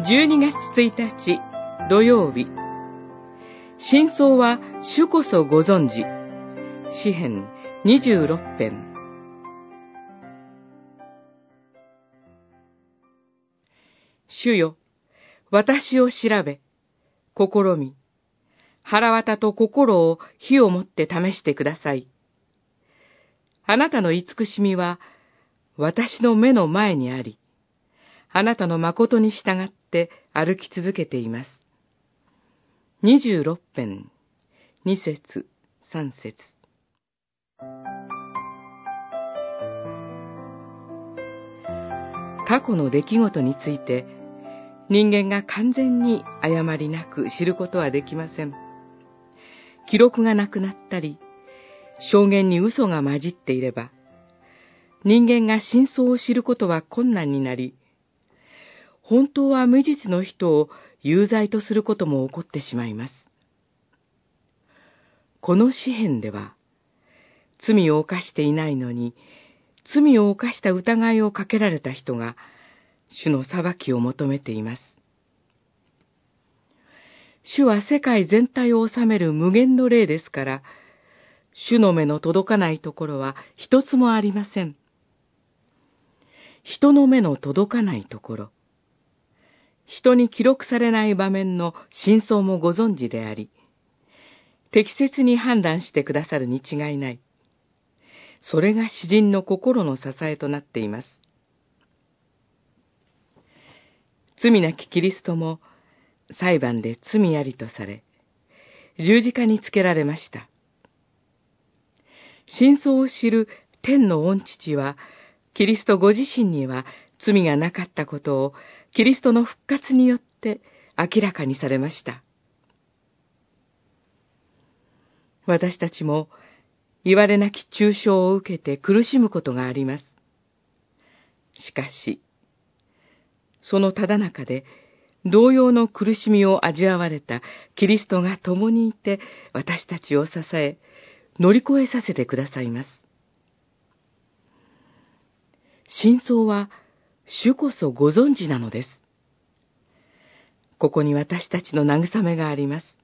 12月1日土曜日、真相は主こそご存知。詩編26編。主よ、私を調べ、試み、腹渡と心を火をもって試してください。あなたの慈しみは私の目の前にあり、あなたの誠に従って歩き続けています。26編、2節、3節。過去の出来事について、人間が完全に誤りなく知ることはできません。記録がなくなったり、証言に嘘が混じっていれば、人間が真相を知ることは困難になり、本当は無実の人を有罪とすることも起こってしまいます。この詩編では、罪を犯していないのに、罪を犯した疑いをかけられた人が、主の裁きを求めています。主は世界全体を治める無限の霊ですから、主の目の届かないところは一つもありません。人の目の届かないところ、人に記録されない場面の真相もご存知であり、適切に判断してくださるに違いない。それが詩人の心の支えとなっています。罪なきキリストも裁判で罪ありとされ、十字架につけられました。真相を知る天の御父は、キリストご自身には罪がなかったことを、キリストの復活によって明らかにされました。私たちも、いわれなき中傷を受けて苦しむことがあります。しかし、そのただ中で、同様の苦しみを味わわれたキリストが共にいて、私たちを支え、乗り越えさせてくださいます。真相は、主こそご存知なのです。ここに私たちの慰めがあります。